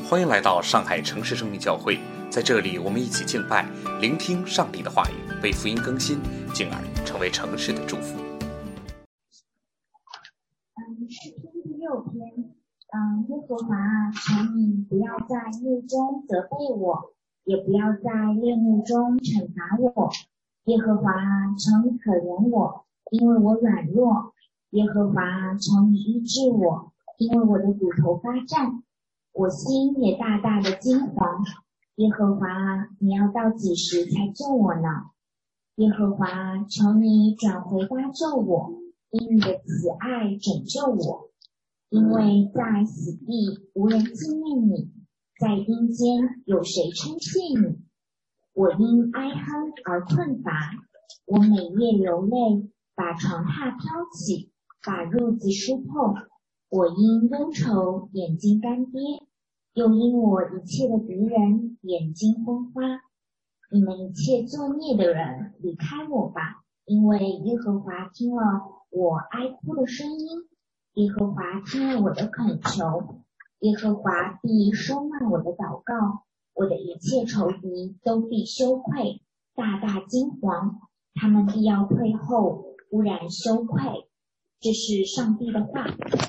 欢迎来到上海城市生命教会，在这里我们一起敬拜，聆听上帝的话语，被福音更新，进而成为城市的祝福。 诗篇第6篇，耶和华啊，求你不要在怒中责备我，也不要在烈怒中惩罚我。耶和华啊，求你可怜我，因为我软弱。耶和华啊，求你医治我，因为我的骨头发战，我心也大大的惊惶。耶和华啊，你要到几时才救我呢？耶和华啊，求你转回搭救我，因你的慈爱拯救我。因为在死地无人纪念你，在阴间有谁称谢你？我因哀哼而困乏，我每夜流泪，把床榻飘起，把褥子梳透。我因忧愁眼睛干瘪，又因我一切的敌人眼睛昏花。你们一切作孽的人，离开我吧，因为耶和华听了我哀哭的声音，耶和华听了我的恳求，耶和华必收纳我的祷告，我的一切仇敌都必羞愧，大大惊惶，他们必要退后，忽然羞愧。这是上帝的话。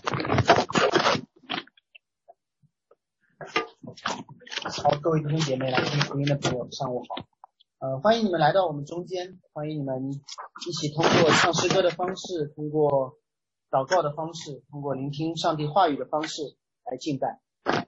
好，各位弟兄姐妹，来听福音的朋友，上午好。欢迎你们来到我们中间，欢迎你们一起通过唱诗歌的方式，通过祷告的方式，通过聆听上帝话语的方式来敬拜。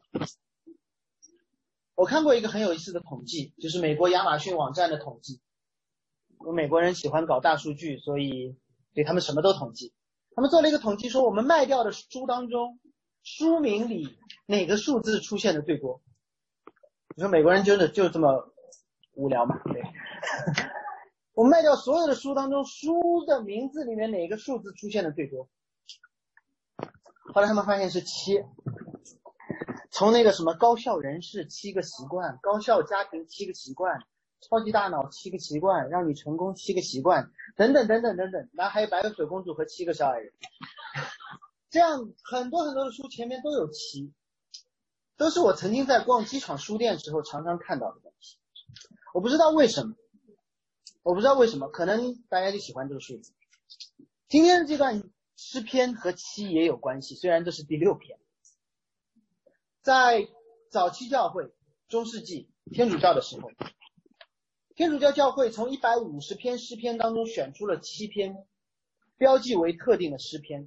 我看过一个很有意思的统计，就是美国亚马逊网站的统计。美国人喜欢搞大数据，所以他们什么都统计。他们做了一个统计，说我们卖掉的书当中，书名里哪个数字出现的最多？你说美国人真的就这么无聊吗？对。我们卖掉所有的书当中，书的名字里面哪个数字出现的最多？后来他们发现是7。从那个什么高效人士7个习惯，高效家庭7个习惯，超级大脑7个习惯，让你成功7个习惯，等等等等等等，然后还有白雪公主和7个小矮人，这样很多很多的书前面都有7，都是我曾经在逛机场书店时候常常看到的东西。我不知道为什么，可能大家就喜欢这个数字。今天的这段诗篇和7也有关系，虽然这是第6篇。在早期教会，中世纪天主教的时候，天主教教会从150篇诗篇当中选出了7篇，标记为特定的诗篇，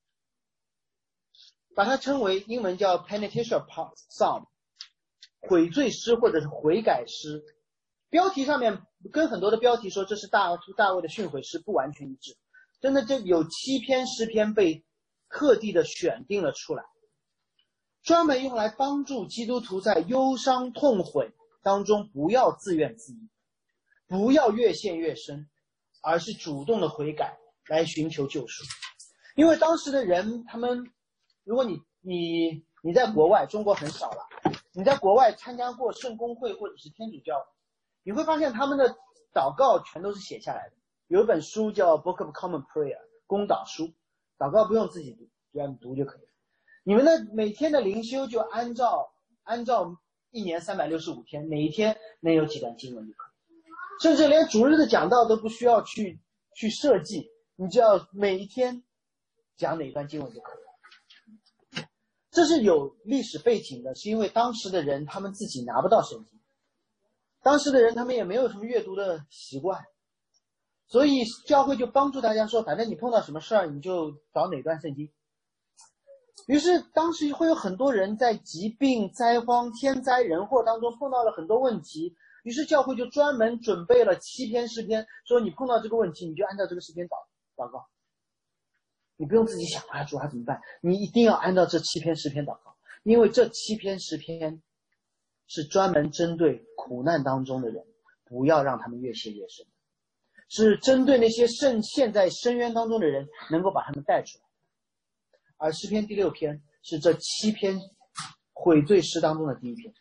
把它称为英文叫 penitential psalm， 悔罪诗或者是悔改诗。标题上面跟很多的标题说这是大卫的训诲诗不完全一致，真的就有7篇诗篇被特地的选定了出来，专门用来帮助基督徒在忧伤痛悔当中不要自怨自艾，不要越陷越深，而是主动的悔改来寻求救赎。因为当时的人，他们如果你在国外，中国很少了，你在国外参加过圣公会或者是天主教，你会发现他们的祷告全都是写下来的。有一本书叫 Book of Common Prayer， 公祷书，祷告不用自己读，只要你读就可以了。你们的每天的灵修就按照1年365天，哪一天能有几段经文就可以，甚至连主日的讲道都不需要去设计，你只要每一天讲哪一段经文就可以了。这是有历史背景的，是因为当时的人他们自己拿不到圣经，当时的人他们也没有什么阅读的习惯，所以教会就帮助大家说，反正你碰到什么事儿你就找哪段圣经。于是当时会有很多人在疾病、灾荒、天灾人祸当中碰到了很多问题，于是教会就专门准备了7篇诗篇，说你碰到这个问题你就按照这个诗篇祷告，你不用自己想主怎么办，你一定要按照这7篇诗篇祷告，因为这7篇诗篇是专门针对苦难当中的人，不要让他们越陷越深，是针对那些陷在深渊当中的人，能够把他们带出来。而诗篇第6篇是这7篇悔罪诗当中的第1篇，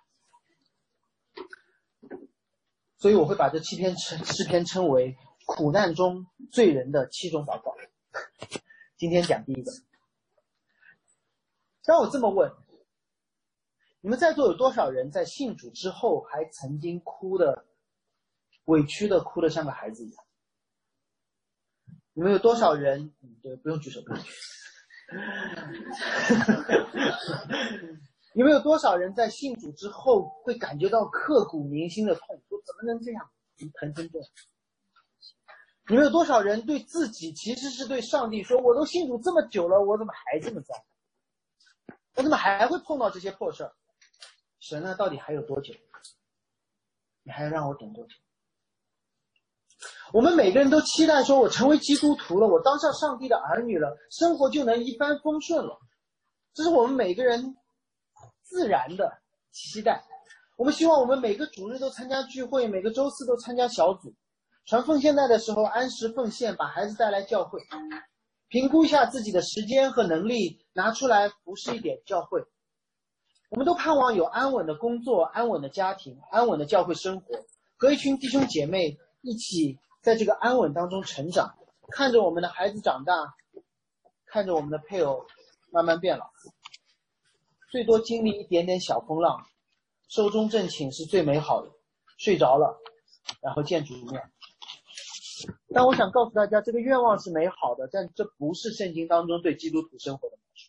所以我会把这7篇诗篇称为苦难中罪人的7种祷告。今天讲第1个。让我这么问， 你们在座有多少人在信主之后还曾经委屈的哭得像个孩子一样？你们有多少人？对，不用举手，不用举手。你们有多少人在信主之后会感觉到刻骨铭心的痛？说怎么能这样？疼成这样？你们有多少人对自己其实是对上帝说：我都信主这么久了，我怎么还这么糟？我怎么还会碰到这些破事儿？神呢，到底还有多久？你还要让我等多久？我们每个人都期待说，我成为基督徒了，我当上上帝的儿女了，生活就能一帆风顺了。这是我们每个人自然的期待。我们希望我们每个主日都参加聚会，每个周四都参加小组，传奉献带的时候按时奉献，把孩子带来教会，评估一下自己的时间和能力，拿出来服侍一点教会。我们都盼望有安稳的工作、安稳的家庭、安稳的教会生活，和一群弟兄姐妹一起在这个安稳当中成长，看着我们的孩子长大，看着我们的配偶慢慢变老，最多经历一点点小风浪，寿终正寝是最美好的，睡着了然后见主面。但我想告诉大家，这个愿望是美好的，但这不是圣经当中对基督徒生活的描述。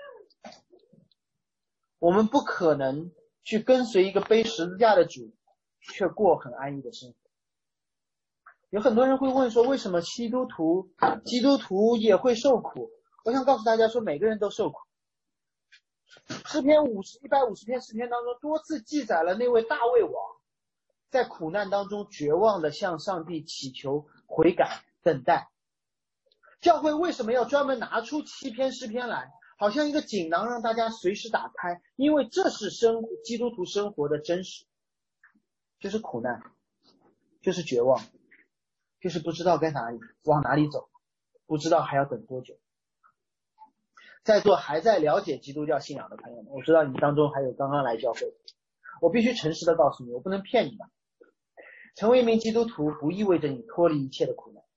我们不可能去跟随一个背十字架的主，却过很安逸的生活。有很多人会问说，为什么基督徒也会受苦？我想告诉大家说，每个人都受苦。诗篇150篇诗篇当中多次记载了那位大卫王在苦难当中绝望地向上帝祈求悔改等待。教会为什么要专门拿出7篇诗篇来，好像一个锦囊让大家随时打开？因为这是基督徒生活的真实，就是苦难，就是绝望，就是不知道该往哪里走，不知道还要等多久。在座还在了解基督教信仰的朋友们，我知道你们当中还有刚刚来教会，我必须诚实的告诉你，我不能骗你们。成为一名基督徒不意味着你脱离一切的苦难。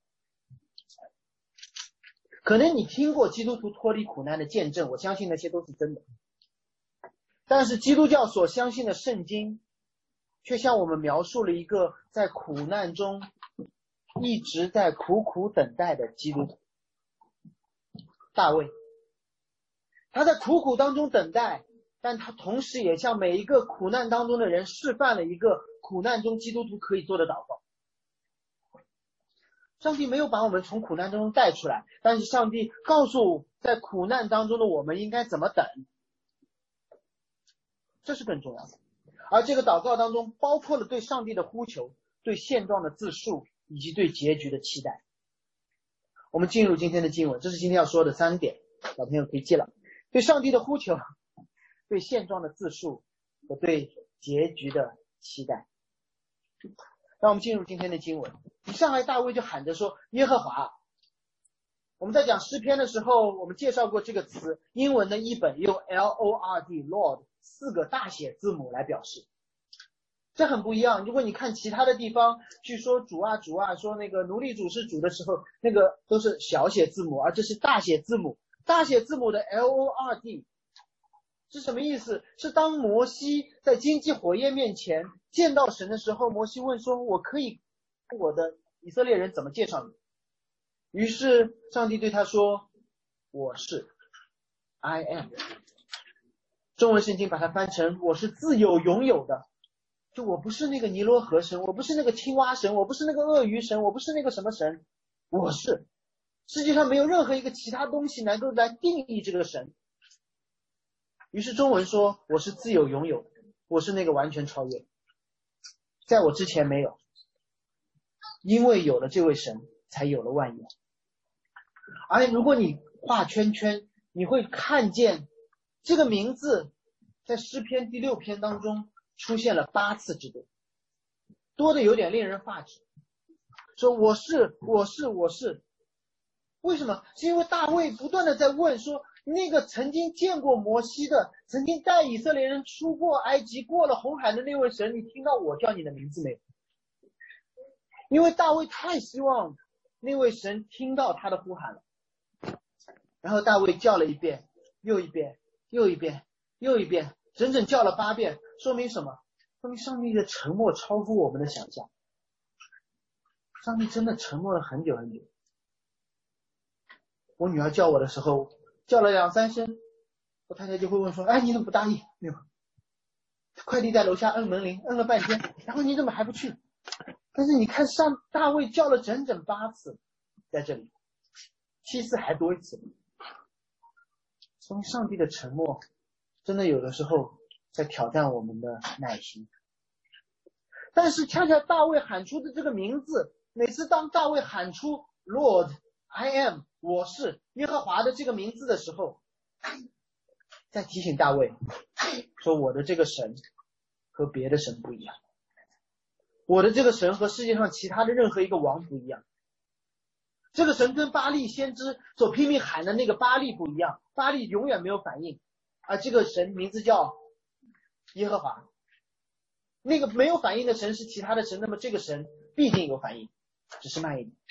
可能你听过基督徒脱离苦难的见证，我相信那些都是真的。但是基督教所相信的圣经却向我们描述了一个在苦难中一直在苦苦等待的基督徒大卫。他在苦苦当中等待，但他同时也向每一个苦难当中的人示范了一个苦难中基督徒可以做的祷告。上帝没有把我们从苦难中带出来，但是上帝告诉在苦难当中的我们应该怎么等，这是更重要的。而这个祷告当中包括了对上帝的呼求，对现状的自述，以及对结局的期待。我们进入今天的经文，这是今天要说的3点，小朋友可以记了。对上帝的呼求，对现状的自述和对结局的期待。让我们进入今天的经文。一上来大卫就喊着说，耶和华。我们在讲诗篇的时候，我们介绍过这个词，英文的译本用 Lord Lord 4个大写字母来表示，这很不一样。如果你看其他的地方去说主啊主啊，说那个奴隶主是主的时候，那个都是小写字母，而这是大写字母。大写字母的 Lord 是什么意思？是当摩西在荆棘火焰面前见到神的时候，摩西问说，我可以跟我的以色列人怎么介绍你？于是上帝对他说，我是 I am。 中文圣经把它翻成我是自有永有的，就我不是那个尼罗河神，我不是那个青蛙神，我不是那个鳄鱼神，我不是那个什么神，我是。世界上没有任何一个其他东西能够来定义这个神。于是中文说，我是自有永有的，我是那个完全超越，在我之前没有，因为有了这位神才有了万有。而如果你画圈圈，你会看见这个名字在诗篇第6篇当中出现了8次之多，多的有点令人发指。说我是我是我是，为什么？是因为大卫不断的在问说，那个曾经见过摩西的，曾经带以色列人出过埃及，过了红海的那位神，你听到我叫你的名字没有？因为大卫太希望那位神听到他的呼喊了。然后大卫叫了一遍又一遍又一遍又一遍， 整整叫了8遍，说明什么？说明上帝的沉默超乎我们的想象。上帝真的沉默了很久很久。我女儿叫我的时候，叫了2、3声，我太太就会问说，哎，你怎么不答应？对吧？快递在楼下摁门铃，摁了半天，然后你怎么还不去？但是你看大卫叫了整整8次，在这里7次还多一次，说明上帝的沉默真的有的时候在挑战我们的耐心。但是恰恰大卫喊出的这个名字，每次当大卫喊出 Lord I am 我是耶和华的这个名字的时候，在提醒大卫说，我的这个神和别的神不一样，我的这个神和世界上其他的任何一个王不一样，这个神跟巴力先知所拼命喊的那个巴力不一样，巴力永远没有反应，而这个神名字叫耶和华。那个没有反应的神是其他的神，那么这个神必定有反应，只是慢一点。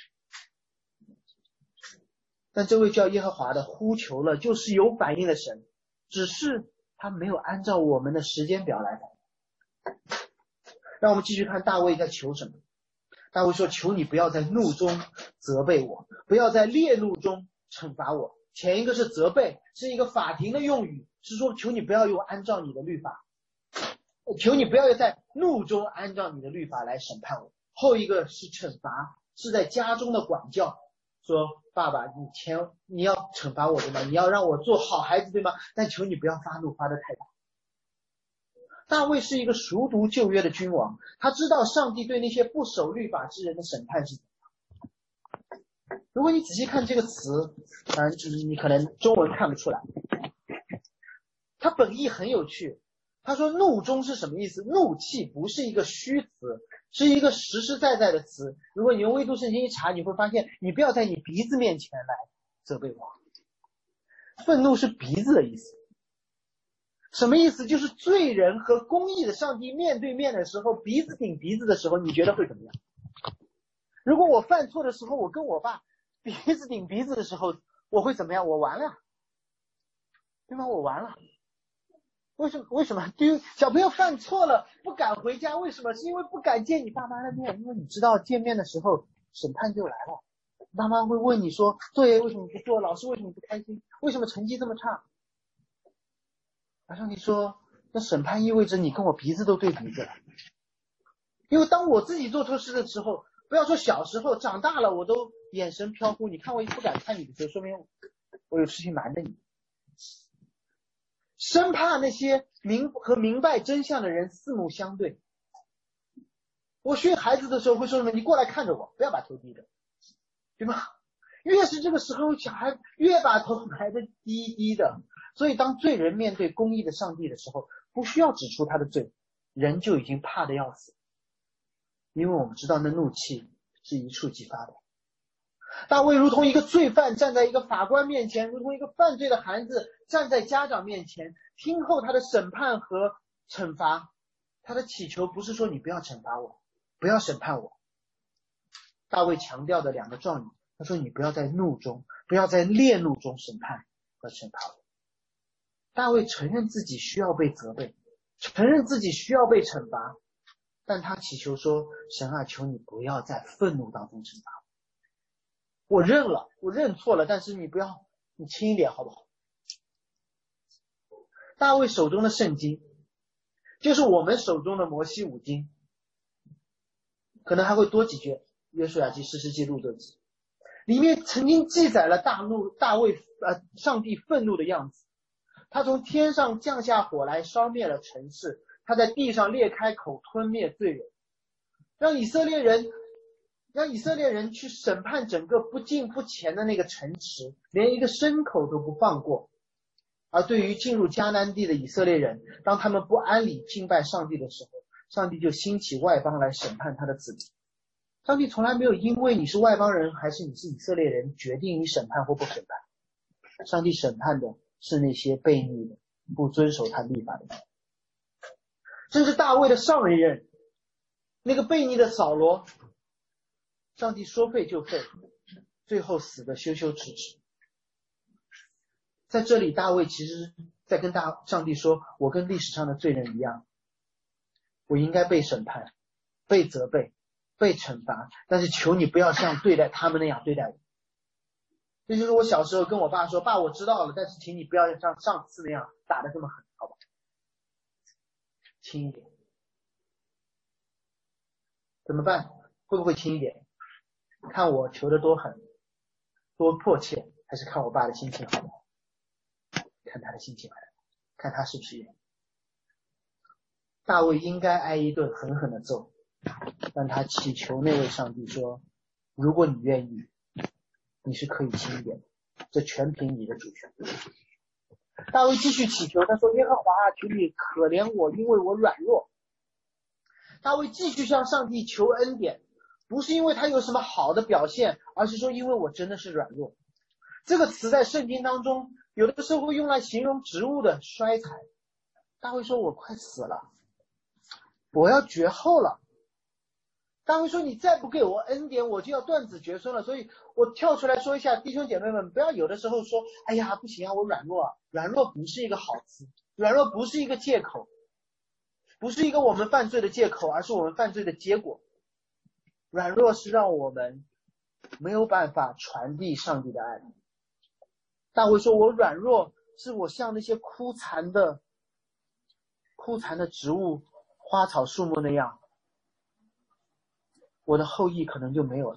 但这位叫耶和华的呼求了，就是有反应的神，只是他没有按照我们的时间表来反应。让我们继续看大卫在求什么。大卫说，求你不要在怒中责备我，不要在烈怒中惩罚我。前一个是责备，是一个法庭的用语，是说求你不要按照你的律法，求你不要在怒中按照你的律法来审判我。后一个是惩罚，是在家中的管教，说爸爸你要惩罚我对吗？你要让我做好孩子对吗？但求你不要发怒发得太大。大卫是一个熟读旧约的君王，他知道上帝对那些不守律法之人的审判是怎样。如果你仔细看这个词，你可能中文看不出来，它本意很有趣。他说怒中是什么意思？怒气不是一个虚词，是一个实实在在的词。如果你用微读圣经一查，你会发现你不要在你鼻子面前来责备我。愤怒是鼻子的意思。什么意思？就是罪人和公义的上帝面对面的时候，鼻子顶鼻子的时候，你觉得会怎么样？如果我犯错的时候，我跟我爸鼻子顶鼻子的时候，我会怎么样？我完了，对吗？我完了。为什么？对于小朋友犯错了不敢回家，为什么？是因为不敢见你爸妈的面，因为你知道见面的时候审判就来了。妈妈会问你说，作业为什么不做？老师为什么不开心？为什么成绩这么差？而上帝说，那审判意味着你跟我鼻子都对鼻子了。因为当我自己做错事的时候，不要说小时候，长大了我都眼神飘忽，你看我也不敢看你的时候，说明我有事情瞒着你。生怕那些明白真相的人四目相对。我训孩子的时候会说什么？你过来看着我，不要把头低着，对吗？越是这个时候，小孩越把头埋得低低的。所以当罪人面对公义的上帝的时候，不需要指出他的罪，人就已经怕得要死，因为我们知道那怒气是一触即发的。大卫如同一个罪犯站在一个法官面前，如同一个犯罪的孩子站在家长面前，听候他的审判和惩罚。他的祈求不是说你不要惩罚我，不要审判我。大卫强调的2个状语，他说你不要在怒中，不要在烈怒中审判和惩罚我。大卫承认自己需要被责备，承认自己需要被惩罚，但他祈求说，神啊，求你不要在愤怒当中惩罚我。我认了，我认错了，但是你轻一点好不好？大卫手中的圣经就是我们手中的摩西五经，可能还会多几句约书亚记、士师记、路德记，里面曾经记载了上帝愤怒的样子。他从天上降下火来烧灭了城市，他在地上裂开口吞灭罪人，让以色列人去审判整个不敬不虔的那个城池，连一个牲口都不放过。而对于进入迦南地的以色列人，当他们不安理敬拜上帝的时候，上帝就兴起外邦来审判他的子民。上帝从来没有因为你是外邦人还是你是以色列人决定你审判或不审判，上帝审判的是那些悖逆的不遵守他律法的人。甚至大卫的上一任那个悖逆的扫罗，上帝说废就废，最后死的羞羞耻耻。在这里大卫其实在跟上帝说，我跟历史上的罪人一样，我应该被审判、被责备、被惩罚，但是求你不要像对待他们那样对待我。这就是我小时候跟我爸说，爸，我知道了，但是请你不要像上次那样打得这么狠，好吧？轻一点。怎么办？会不会轻一点？看我求得多狠，多迫切，还是看我爸的心情好不好？看他的心情好，看他是不是愿意。大卫应该挨一顿狠狠的揍，但他祈求那位上帝说，如果你愿意，你是可以轻一点的，这全凭你的主权。大卫继续祈求，他说，耶和华啊，求你可怜我，因为我软弱。大卫继续向上帝求恩典，不是因为他有什么好的表现，而是说因为我真的是软弱。这个词在圣经当中有的时候会用来形容植物的衰残。大卫说，我快死了，我要绝后了。大卫说，你再不给我恩典，我就要断子绝孙了。所以我跳出来说一下，弟兄姐妹们，不要有的时候说，哎呀，不行啊，我软弱啊。软弱不是一个好词，软弱不是一个借口，不是一个我们犯罪的借口，而是我们犯罪的结果。软弱是让我们没有办法传递上帝的爱。大卫说，我软弱，是我像那些枯残的植物、花草树木那样，我的后裔可能就没有了。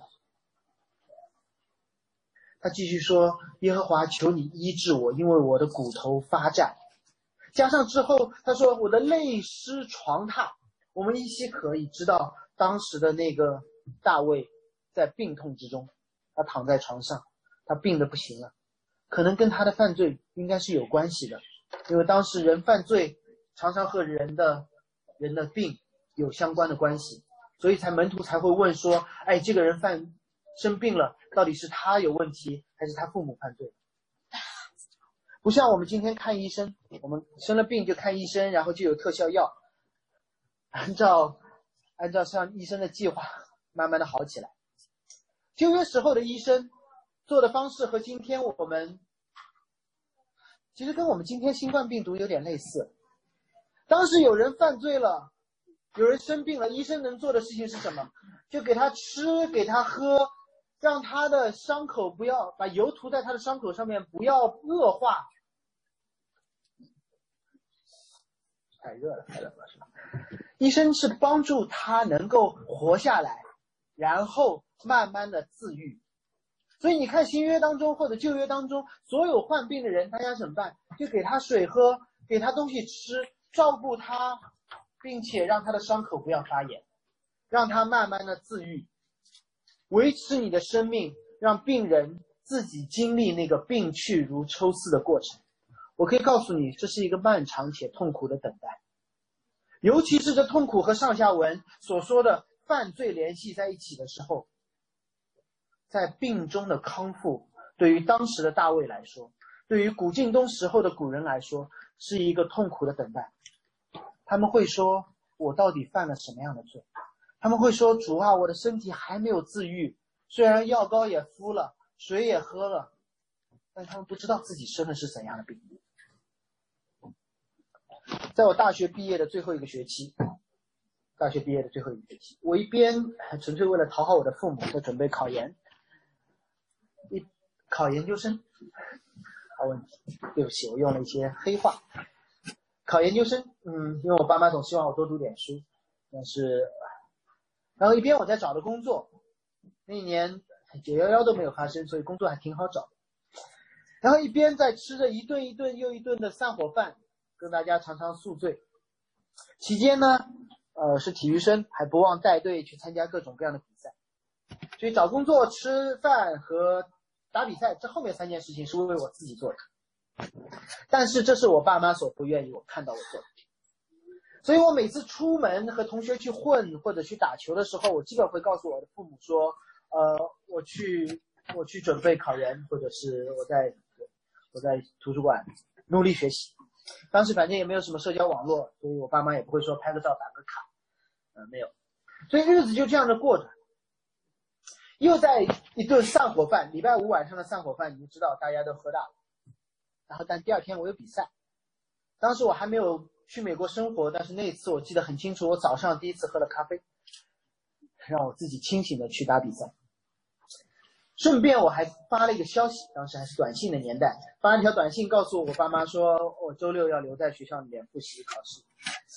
他继续说，耶和华，求你医治我，因为我的骨头发战。加上之后他说，我的泪湿床榻。我们依稀可以知道当时的那个大卫在病痛之中，他躺在床上，他病得不行了，可能跟他的犯罪应该是有关系的，因为当时人犯罪常常和人的病有相关的关系，所以门徒才会问说，哎，这个人生病了，到底是他有问题还是他父母犯罪？不像我们今天看医生，我们生了病就看医生，然后就有特效药，按照像医生的计划慢慢的好起来。旧约时候的医生做的方式和今天我们其实跟我们今天新冠病毒有点类似。当时有人犯罪了，有人生病了，医生能做的事情是什么？就给他吃，给他喝，让他的伤口不要把油涂在他的伤口上面，不要恶化。太热了是吧？医生是帮助他能够活下来，然后慢慢的自愈。所以你看新约当中或者旧约当中，所有患病的人，大家怎么办？就给他水喝，给他东西吃，照顾他，并且让他的伤口不要发炎，让他慢慢的自愈，维持你的生命，让病人自己经历那个病去如抽丝的过程。我可以告诉你，这是一个漫长且痛苦的等待，尤其是这痛苦和上下文所说的犯罪联系在一起的时候，在病中的康复，对于当时的大卫来说，对于古近东时候的古人来说，是一个痛苦的等待。他们会说，我到底犯了什么样的罪？他们会说，主啊，我的身体还没有自愈，虽然药膏也敷了，水也喝了，但他们不知道自己生的是怎样的病。在我大学毕业的最后一个学期，我一边纯粹为了讨好我的父母在准备考研究生，好问题，对不起，我用了一些黑话。考研究生，因为我爸妈总希望我多读点书，然后一边我在找的工作，那一年911都没有发生，所以工作还挺好找。然后一边在吃着一顿一顿又一顿的散伙饭，跟大家常常宿醉。期间呢，是体育生，还不忘带队去参加各种各样的比赛。所以找工作、吃饭和打比赛，这后面3件事情是为我自己做的。但是这是我爸妈所不愿意我看到我做的。所以我每次出门和同学去混或者去打球的时候，我基本会告诉我的父母说，我去准备考研，或者是我在图书馆努力学习。当时反正也没有什么社交网络，所以我爸妈也不会说拍个照打个卡，没有。所以日子就这样的过着。又在一顿散伙饭，礼拜5晚上的散伙饭，你就知道大家都喝大了。然后但第二天我有比赛， 当时我还没有去美国生活，但是那一次我记得很清楚，我早上第一次喝了咖啡，让我自己清醒的去打比赛。顺便我还发了一个消息，当时还是短信的年代，发了一条短信告诉我爸妈说，我周六要留在学校里面复习考试。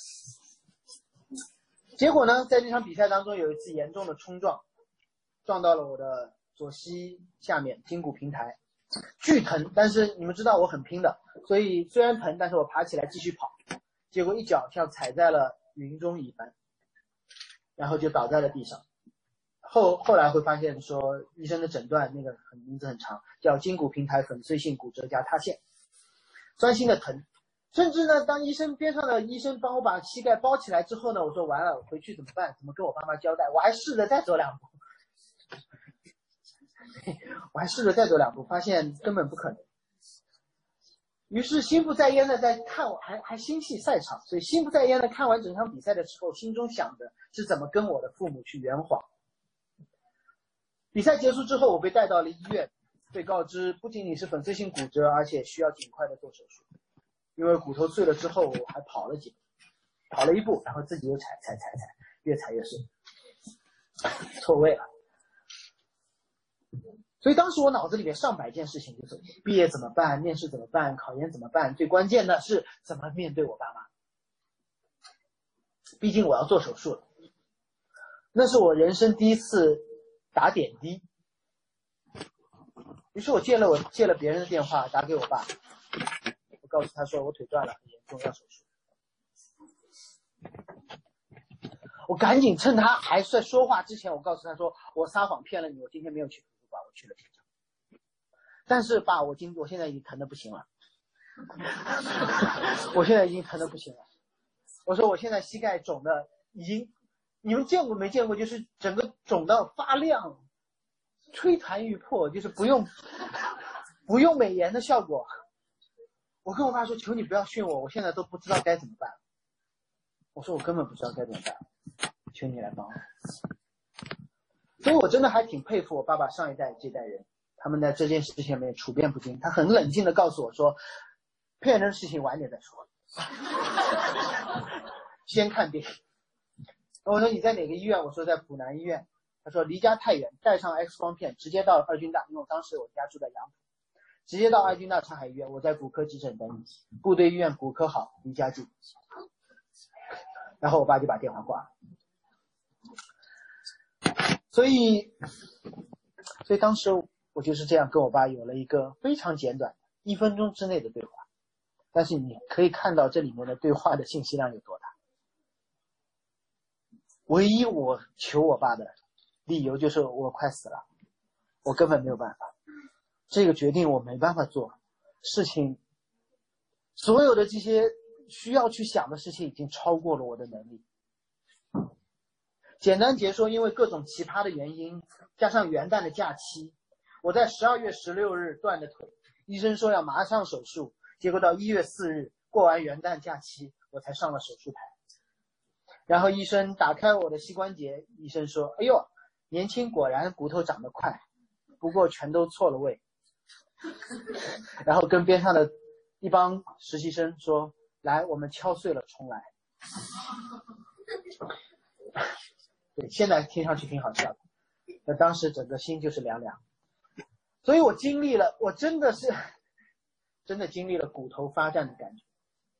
结果呢，在这场比赛当中有一次严重的冲撞，撞到了我的左膝下面胫骨平台，巨疼。但是你们知道我很拼的，所以虽然疼，但是我爬起来继续跑，结果一脚跳踩在了云中乙斑，然后就倒在了地上。后来会发现说，医生的诊断那个名字很长，叫胫骨平台粉碎性骨折加塌陷，钻心的疼。甚至呢，当边上的医生帮我把膝盖包起来之后呢，我说完了，我回去怎么办？怎么跟我爸妈交代？我还试着再走两步，发现根本不可能。于是心不在焉的在看，还心系赛场，所以心不在焉的看完整场比赛的时候，心中想的是怎么跟我的父母去圆谎。比赛结束之后，我被带到了医院，被告知不仅仅是粉碎性骨折，而且需要尽快的做手术。因为骨头碎了之后，我还跑了一步，然后自己又踩，越踩越深，错位了。所以当时我脑子里面上百件事情就走，毕业怎么办，面试怎么办，考研怎么办，最关键的是怎么面对我爸妈。毕竟我要做手术了，那是我人生第一次打点滴。于是我借了别人的电话打给我爸，我告诉他说我腿断了，很严重，要手术。我赶紧趁他还在说话之前，我告诉他说我撒谎骗了你，我今天没有去图书馆，我去了现场。但是爸，我现在已经疼得不行了，我现在已经疼得不行了。我说我现在膝盖肿的已经，你们见过没见过？就是整个肿到发亮，吹弹欲破，就是不用美颜的效果。我跟我爸说，求你不要训我，我现在都不知道该怎么办。我说我根本不知道该怎么办，求你来帮我。所以我真的还挺佩服我爸爸上一代这代人，他们在这件事情里面处变不惊。他很冷静的告诉我说，骗人的事情晚点再说，先看电影。我说你在哪个医院？我说在普南医院。他说离家太远，带上 X 光片直接到二军大，因为当时我家住在杨浦，直接到二军大上海医院，我在骨科急诊等你，部队医院骨科好，离家近。然后我爸就把电话挂了。所以当时我就是这样跟我爸有了一个非常简短1分钟之内的对话，但是你可以看到这里面的对话的信息量有多大。唯一我求我爸的理由就是我快死了，我根本没有办法，这个决定我没办法做，事情所有的这些需要去想的事情已经超过了我的能力。简单结说，因为各种奇葩的原因，加上元旦的假期，我在12月16日断的腿，医生说要马上手术，结果到1月4日过完元旦假期，我才上了手术台。然后医生打开我的膝关节，医生说，哎呦，年轻果然骨头长得快，不过全都错了位。然后跟边上的一帮实习生说，来，我们敲碎了重来。对，现在听上去挺好笑的，那当时整个心就是凉凉。所以我真的经历了骨头发战的感觉，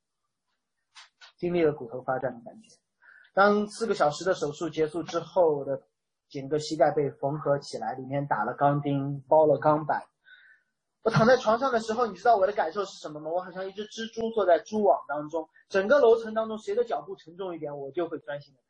当4个小时的手术结束之后，我的整个膝盖被缝合起来，里面打了钢钉，包了钢板。我躺在床上的时候，你知道我的感受是什么吗？我好像一只蜘蛛坐在蛛网当中，整个楼层当中谁的脚步沉重一点，我就会专心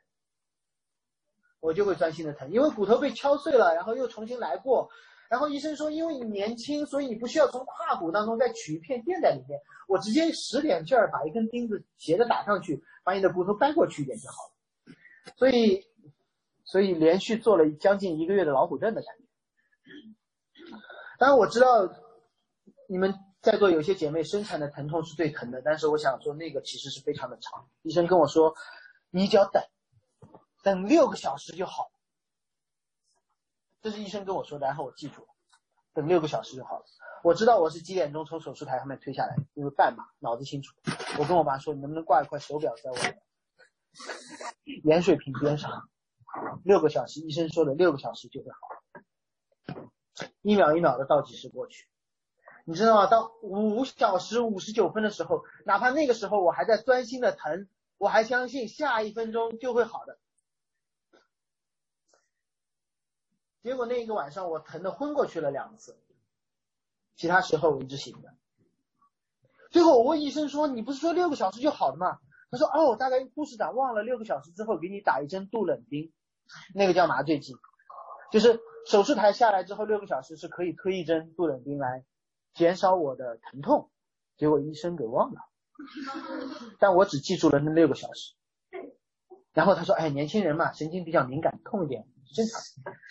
的疼，因为骨头被敲碎了，然后又重新来过。然后医生说，因为你年轻，所以你不需要从胯骨当中再取一片垫在里面，我直接使点劲儿把一根钉子斜着打上去，把你的骨头掰过去一点就好了。所以连续做了将近1个月的老虎症的感觉。当然我知道你们在座有些姐妹生产的疼痛是最疼的，但是我想说那个其实是非常的长。医生跟我说，你只要等6个小时就好了，这是医生跟我说的，然后我记住了， 等6个小时就好了。我知道我是几点钟从手术台上面推下来，因为半马，脑子清楚。我跟我妈说，你能不能挂一块手表在我的盐水瓶边上？6个小时，医生说的6个小时就会好，一秒一秒的倒计时过去。你知道吗？到5小时59分的时候，哪怕那个时候我还在钻心的疼，我还相信下1分钟就会好的。结果那一个晚上我疼得昏过去了2次，其他时候我一直醒着。最后我问医生说，你不是说6个小时就好了吗？他说哦，大概护士长忘了6个小时之后给你打一针杜冷丁，那个叫麻醉剂，就是手术台下来之后6个小时是可以推一针杜冷丁来减少我的疼痛，结果医生给忘了，但我只记住了那6个小时。然后他说，哎，年轻人嘛，神经比较敏感，痛一点正常。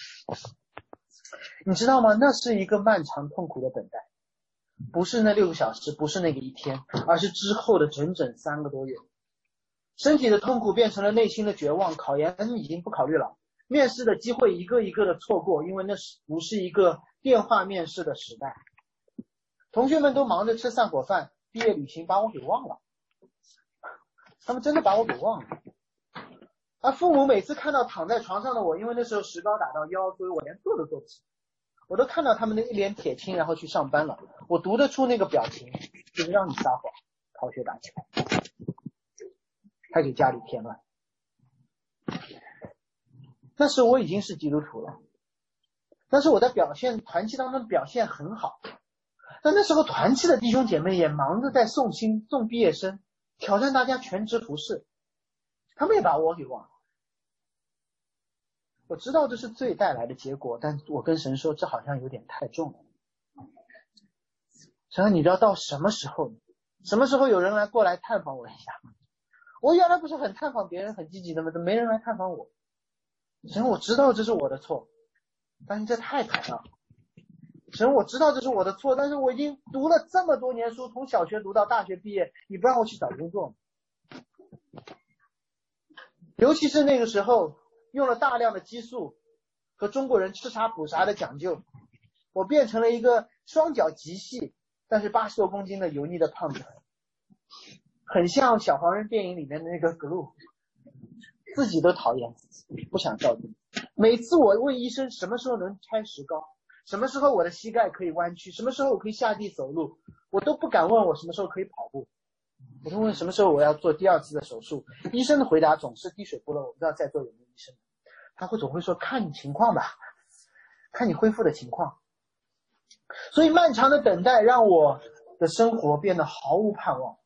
你知道吗？那是一个漫长痛苦的等待，不是那6个小时，不是那个1天，而是之后的整整3个多月。身体的痛苦变成了内心的绝望，考研已经不考虑了，面试的机会一个一个的错过，因为那不是一个电话面试的时代。同学们都忙着吃散伙饭，毕业旅行把我给忘了，他们真的把我给忘了。而父母每次看到躺在床上的我，因为那时候石膏打到腰，所以我连坐都坐不起，我都看到他们的一脸铁青，然后去上班了。我读得出那个表情，就是让你撒谎，逃学打起来，还给家里添乱。那时我已经是基督徒了，但是我在团契当中表现很好。但那时候团契的弟兄姐妹也忙着在送毕业生，挑战大家全职服侍，他们也把我给忘了。我知道这是罪带来的结果，但我跟神说，这好像有点太重了。神啊，你知道到什么时候有人过来探访我一下吗？我原来不是很探访别人，很积极的吗？怎么没人来探访我？神，我知道这是我的错，但是这太疼了。神，我知道这是我的错，但是我已经读了这么多年书，从小学读到大学毕业，你不让我去找工作吗？尤其是那个时候用了大量的激素和中国人吃啥补啥的讲究，我变成了一个双脚极细但是80多公斤的油腻的胖子，很像小黄人电影里面的那个 Glue， 自己都讨厌自己，不想照镜。每次我问医生什么时候能拆石膏，什么时候我的膝盖可以弯曲，什么时候我可以下地走路，我都不敢问我什么时候可以跑步，我就问什么时候我要做第2次的手术。医生的回答总是滴水不漏，我不知道在座有没有医生，他总会说看你情况吧，看你恢复的情况。所以漫长的等待让我的生活变得毫无盼望，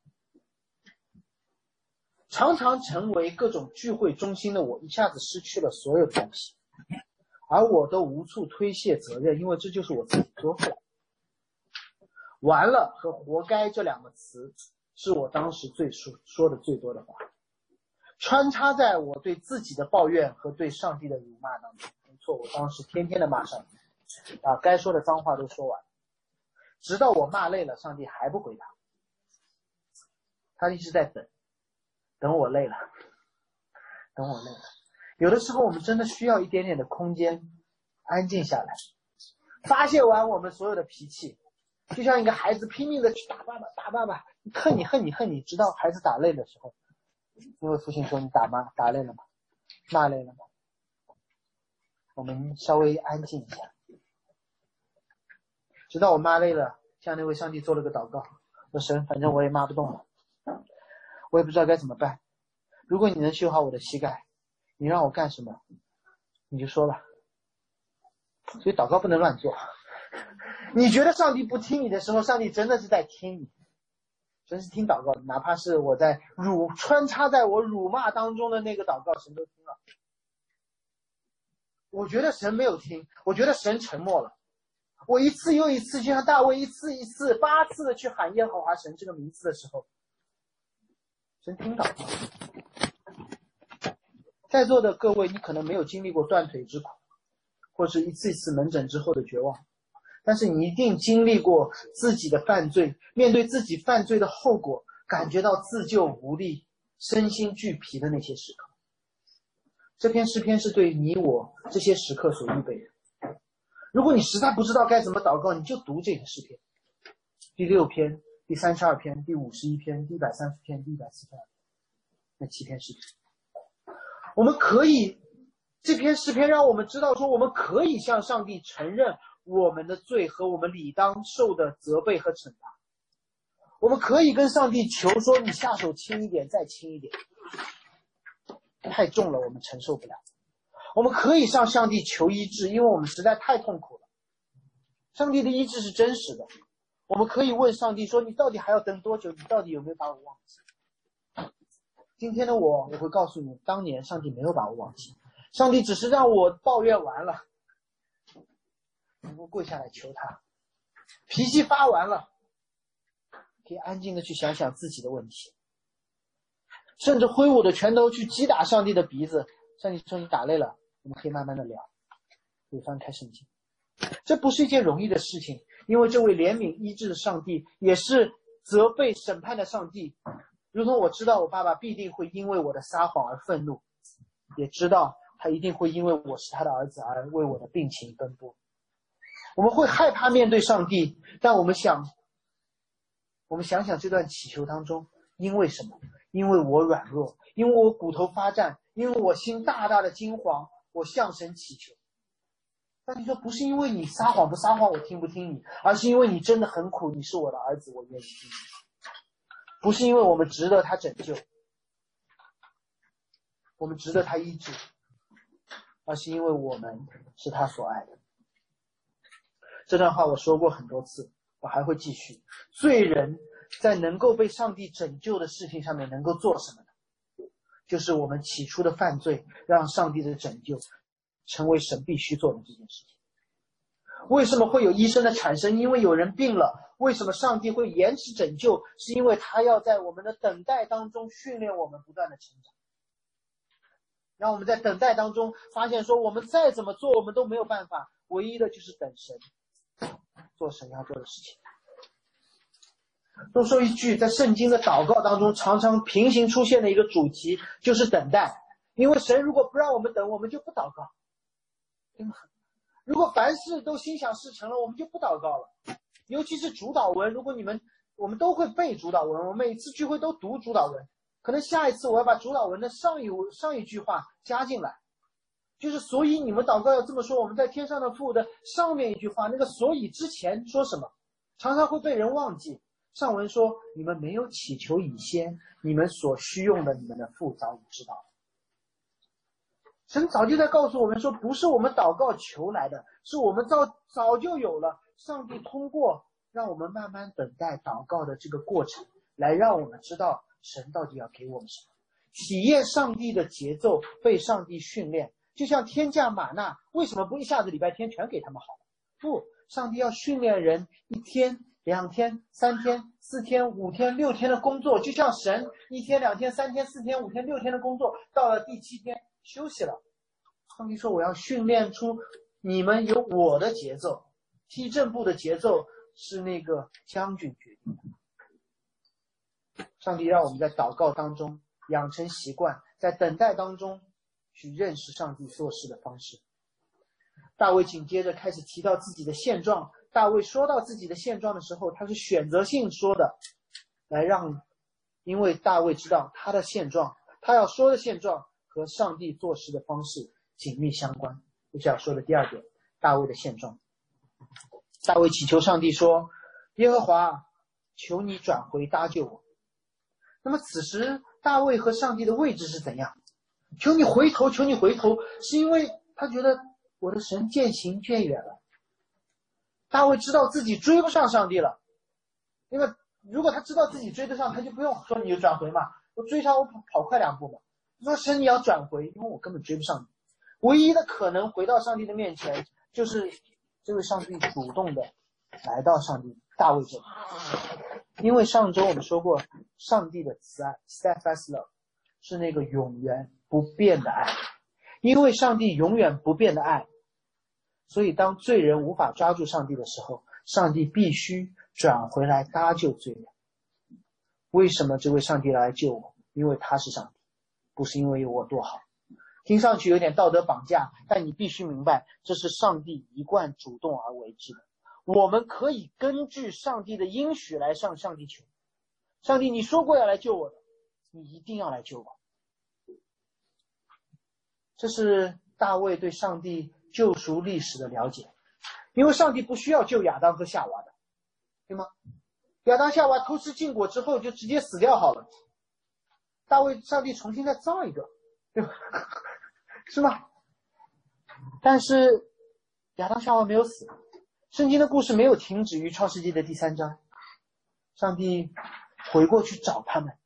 常常成为各种聚会中心的我一下子失去了所有的东西，而我都无处推卸责任，因为这就是我自己做出来。完了和活该这2个词是我当时说的最多的话，穿插在我对自己的抱怨和对上帝的辱骂当中。没错，我当时天天的骂上帝，把该说的脏话都说完，直到我骂累了，上帝还不回答，他一直在等我累了。有的时候我们真的需要一点点的空间，安静下来，发泄完我们所有的脾气，就像一个孩子拼命的去打爸爸，恨你，直到孩子打累的时候，因为父亲说你打累了吗？骂累了吗？我们稍微安静一下，直到我骂累了，向那位上帝做了个祷告，说神，反正我也骂不动了，我也不知道该怎么办，如果你能修好我的膝盖，你让我干什么你就说吧。所以祷告不能乱做，你觉得上帝不听你的时候，上帝真的是在听你，真是听祷告的，哪怕是我在穿插在我辱骂当中的那个祷告，神都听了。我觉得神没有听，我觉得神沉默了。我一次又一次，就像大卫一次8次的去喊耶和华神这个名字的时候，神听祷告。在座的各位，你可能没有经历过断腿之苦，或是一次一次门诊之后的绝望，但是你一定经历过自己的犯罪，面对自己犯罪的后果，感觉到自救无力，身心俱疲的那些时刻。这篇诗篇是对你我这些时刻所预备的。 如果你实在不知道该怎么祷告，你就读这个诗篇，第6篇、第32篇、第51篇、第130篇、第142篇，那7篇诗篇。我们可以，这篇诗篇让我们知道说，我们可以向上帝承认我们的罪和我们理当受的责备和惩罚。我们可以跟上帝求说，你下手轻一点，再轻一点，太重了，我们承受不了。我们可以向上帝求医治，因为我们实在太痛苦了。上帝的医治是真实的。我们可以问上帝说，你到底还要等多久？你到底有没有把我忘记？今天的我会告诉你，当年上帝没有把我忘记，上帝只是让我抱怨完了，能够跪下来求他，脾气发完了，可以安静的去想想自己的问题，甚至挥我的拳头去击打上帝的鼻子。上帝说你打累了，我们可以慢慢的聊，可以翻开圣经。这不是一件容易的事情，因为这位怜悯医治的上帝也是责备审判的上帝。如同我知道我爸爸必定会因为我的撒谎而愤怒，也知道他一定会因为我是他的儿子而为我的病情奔波。我们会害怕面对上帝，但我们想想这段祈求当中，因为什么？因为我软弱，因为我骨头发战，因为我心大大的惊惶，我向神祈求。但你说不是因为你撒谎不撒谎我听不听你，而是因为你真的很苦，你是我的儿子，我愿意听你。不是因为我们值得他拯救，我们值得他医治，而是因为我们是他所爱的。这段话我说过很多次，我还会继续。罪人在能够被上帝拯救的事情上面能够做什么呢？就是我们起初的犯罪让上帝的拯救成为神必须做的这件事情。为什么会有医生的产生？因为有人病了。为什么上帝会延迟拯救？是因为他要在我们的等待当中训练我们不断的成长，让我们在等待当中发现说，我们再怎么做我们都没有办法，唯一的就是等神做神要做的事情。多说一句，在圣经的祷告当中常常平行出现的一个主题就是等待。因为神如果不让我们等，我们就不祷告，对吗？如果凡事都心想事成了，我们就不祷告了。尤其是主导文，如果我们都会背主导文，我们每次聚会都读主导文，可能下一次我要把主导文的上一句话加进来，就是所以你们祷告要这么说，我们在天上的父的上面一句话，那个所以之前说什么，常常会被人忘记。上文说，你们没有祈求以先，你们所需用的，你们的父早已知道。神早就在告诉我们说，不是我们祷告求来的，是我们早就有了。上帝通过让我们慢慢等待祷告的这个过程，来让我们知道神到底要给我们什么，体验上帝的节奏，被上帝训练。就像天降玛纳，为什么不一下子礼拜天全给他们好了？不，上帝要训练人1天、2天、3天、4天、5天、6天的工作，就像神1天、2天、3天、4天、5天、6天的工作，到了第7天休息了。上帝说，我要训练出你们有我的节奏。踢正步的节奏是那个将军决定的。上帝让我们在祷告当中养成习惯，在等待当中去认识上帝做事的方式。大卫紧接着开始提到自己的现状。大卫说到自己的现状的时候，他是选择性说的，因为大卫知道他的现状，他要说的现状和上帝做事的方式紧密相关。就是要说的第2点，大卫的现状。大卫祈求上帝说，耶和华，求你转回搭救我。那么此时大卫和上帝的位置是怎样？求你回头，求你回头，是因为他觉得我的神渐行渐远了。大卫知道自己追不上上帝了，因为如果他知道自己追得上，他就不用说你就转回嘛，我追上我跑快2步嘛。说神你要转回，因为我根本追不上你。唯一的可能回到上帝的面前，就是这位上帝主动的来到大卫这里。因为上周我们说过，上帝的慈爱 steadfast love 是那个永远不变的爱。因为上帝永远不变的爱，所以当罪人无法抓住上帝的时候，上帝必须转回来搭救罪人。为什么这位上帝来救我？因为他是上帝，不是因为我多好。 听上去有点道德绑架，但你必须明白，这是上帝一贯主动而为之的。我们可以根据上帝的应许来向上帝求。上帝，你说过要来救我的，你一定要来救我。这是大卫对上帝救赎历史的了解，因为上帝不需要救亚当和夏娃的，对吗？亚当夏娃偷吃禁果之后就直接死掉好了，上帝重新再造一个，对吧？是吗？但是亚当夏娃没有死，圣经的故事没有停止于创世纪的第3章，上帝回过去找他们。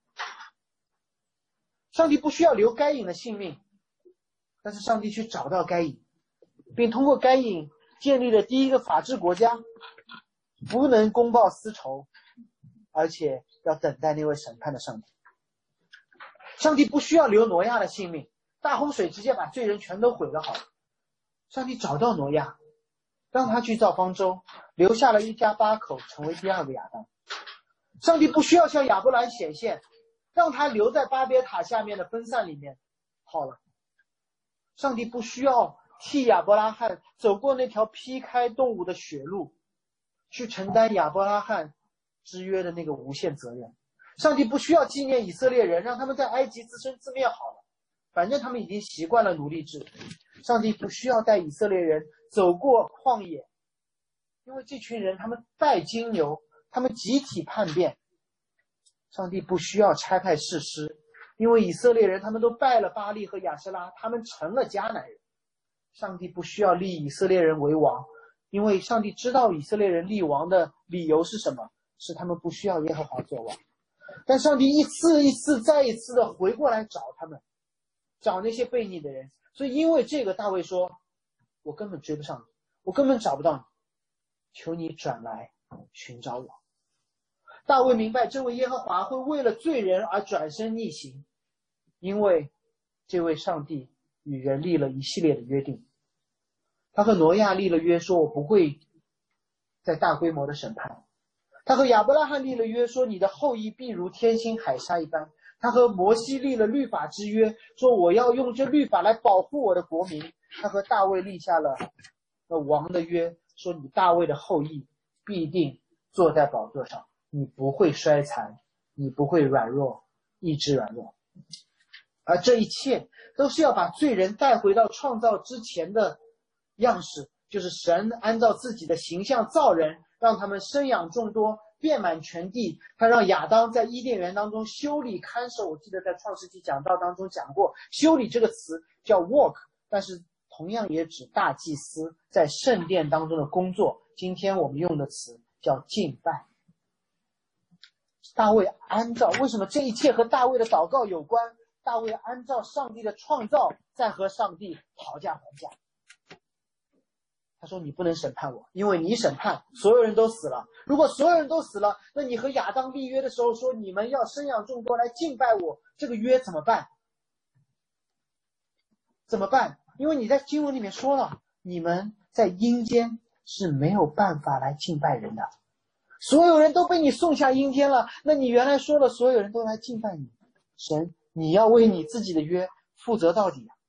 上帝不需要留该隐的性命，但是上帝去找到该隐，并通过该隐建立了第一个法治国家，不能公报私仇，而且要等待那位审判的上帝。上帝不需要留挪亚的性命，大洪水直接把罪人全都毁了好了。上帝找到挪亚，让他去造方舟，留下了一家8口，成为第2个亚当。上帝不需要向亚伯兰显现，让他留在巴别塔下面的分散里面好了。上帝不需要替亚伯拉罕走过那条劈开动物的血路，去承担亚伯拉罕之约的那个无限责任。上帝不需要纪念以色列人，让他们在埃及自生自灭好了，反正他们已经习惯了奴隶制。上帝不需要带以色列人走过旷野，因为这群人他们拜金牛，他们集体叛变。上帝不需要差派士师，因为以色列人他们都拜了巴力和亚舍拉，他们成了迦南人。上帝不需要立以色列人为王，因为上帝知道以色列人立王的理由是什么，是他们不需要耶和华做王。但上帝一次一次再一次的回过来找他们，找那些悖逆的人。所以因为这个，大卫说，我根本追不上你，我根本找不到你，求你转来寻找我。大卫明白这位耶和华会为了罪人而转身逆行，因为这位上帝与人立了一系列的约定。他和挪亚立了约，说我不会再大规模的审判。他和亚伯拉罕立了约，说你的后裔必如天星海沙一般。他和摩西立了律法之约，说我要用这律法来保护我的国民。他和大卫立下了王的约，说你大卫的后裔必定坐在宝座上，你不会衰残，你不会软弱，意志软弱。而这一切都是要把罪人带回到创造之前的样式，就是神按照自己的形象造人，让他们生养众多，遍满全地。他让亚当在伊甸园当中修理看守，我记得在创世纪讲道当中讲过，修理这个词叫 work， 但是同样也指大祭司在圣殿当中的工作。今天我们用的词叫敬拜。大卫按照，为什么这一切和大卫的祷告有关？大卫按照上帝的创造在和上帝讨价还价。他说你不能审判我，因为你审判所有人都死了。如果所有人都死了，那你和亚当立约的时候说你们要生养众多来敬拜我，这个约怎么办？怎么办？因为你在经文里面说了，你们在阴间是没有办法来敬拜人的。所有人都被你送下阴间了，那你原来说了所有人都来敬拜你，神，你要为你自己的约负责到底。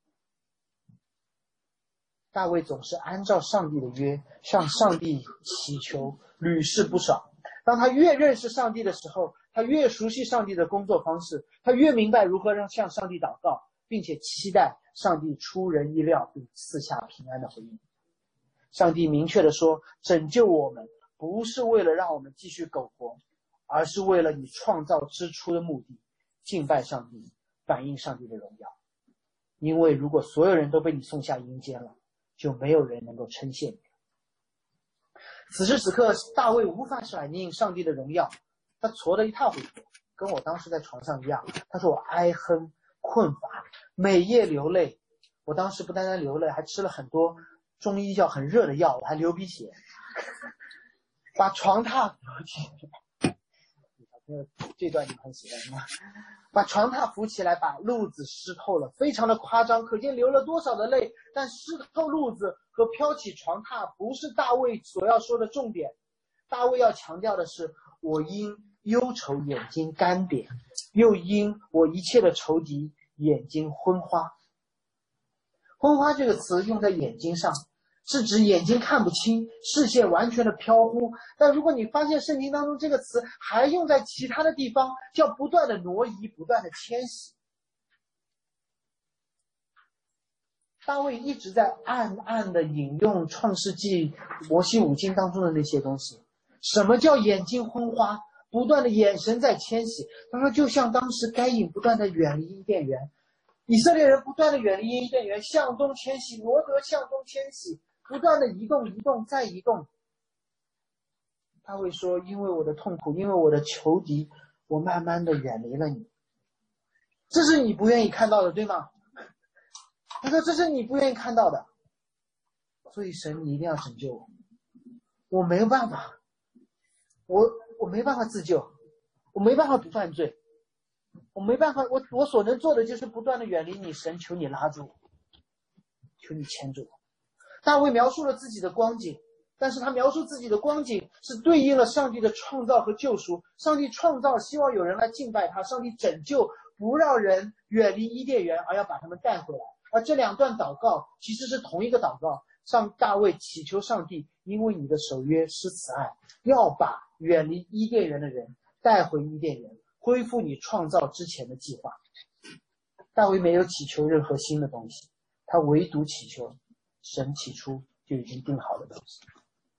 大卫总是按照上帝的约向上帝祈求，屡试不爽。当他越认识上帝的时候，他越熟悉上帝的工作方式，他越明白如何向上帝祷告，并且期待上帝出人意料并赐下平安的回应。上帝明确地说，拯救我们不是为了让我们继续苟活，而是为了你创造之初的目的，敬拜上帝，反映上帝的荣耀。因为如果所有人都被你送下阴间了，就没有人能够称谢你。此时此刻，大卫无法反映上帝的荣耀，他挫得一塌糊涂，跟我当时在床上一样。他说我哀哼困乏，每夜流泪。我当时不单单流泪，还吃了很多中医叫很热的药，我还流鼻血，把床榻扶起来。这段你们很喜欢吗？把床榻扶起来，把褥子湿透了，非常的夸张，可见流了多少的泪。但湿透褥子和飘起床榻不是大卫所要说的重点。大卫要强调的是，我因忧愁眼睛干瘪，又因我一切的仇敌眼睛昏花。 昏花这个词用在眼睛上，是指眼睛看不清，视线完全的飘忽。但如果你发现圣经当中这个词还用在其他的地方，叫不断的挪移，不断的迁徙。大卫一直在暗暗的引用创世纪摩西五经当中的那些东西。什么叫眼睛昏花？不断的眼神在迁徙。他说就像当时该隐不断的远离伊甸园，以色列人不断的远离伊甸园，向东迁徙，罗得向东迁徙，不断的移动，移动再移动。大卫说，因为我的痛苦，因为我的仇敌，我慢慢的远离了你。这是你不愿意看到的，对吗？他说这是你不愿意看到的，所以神你一定要拯救我。我没有办法，我没办法自救，我没办法不犯罪，我没办法，我所能做的就是不断的远离你。神，求你拉住我，求你牵住我。大卫描述了自己的光景，但是他描述自己的光景是对应了上帝的创造和救赎。上帝创造，希望有人来敬拜他；上帝拯救，不让人远离伊甸园，而要把他们带回来。而这两段祷告其实是同一个祷告。大卫祈求上帝，因为你的守约施慈爱，要把远离伊甸园的人带回伊甸园，恢复你创造之前的计划。大卫没有祈求任何新的东西，他唯独祈求神起初就已经定好的东西。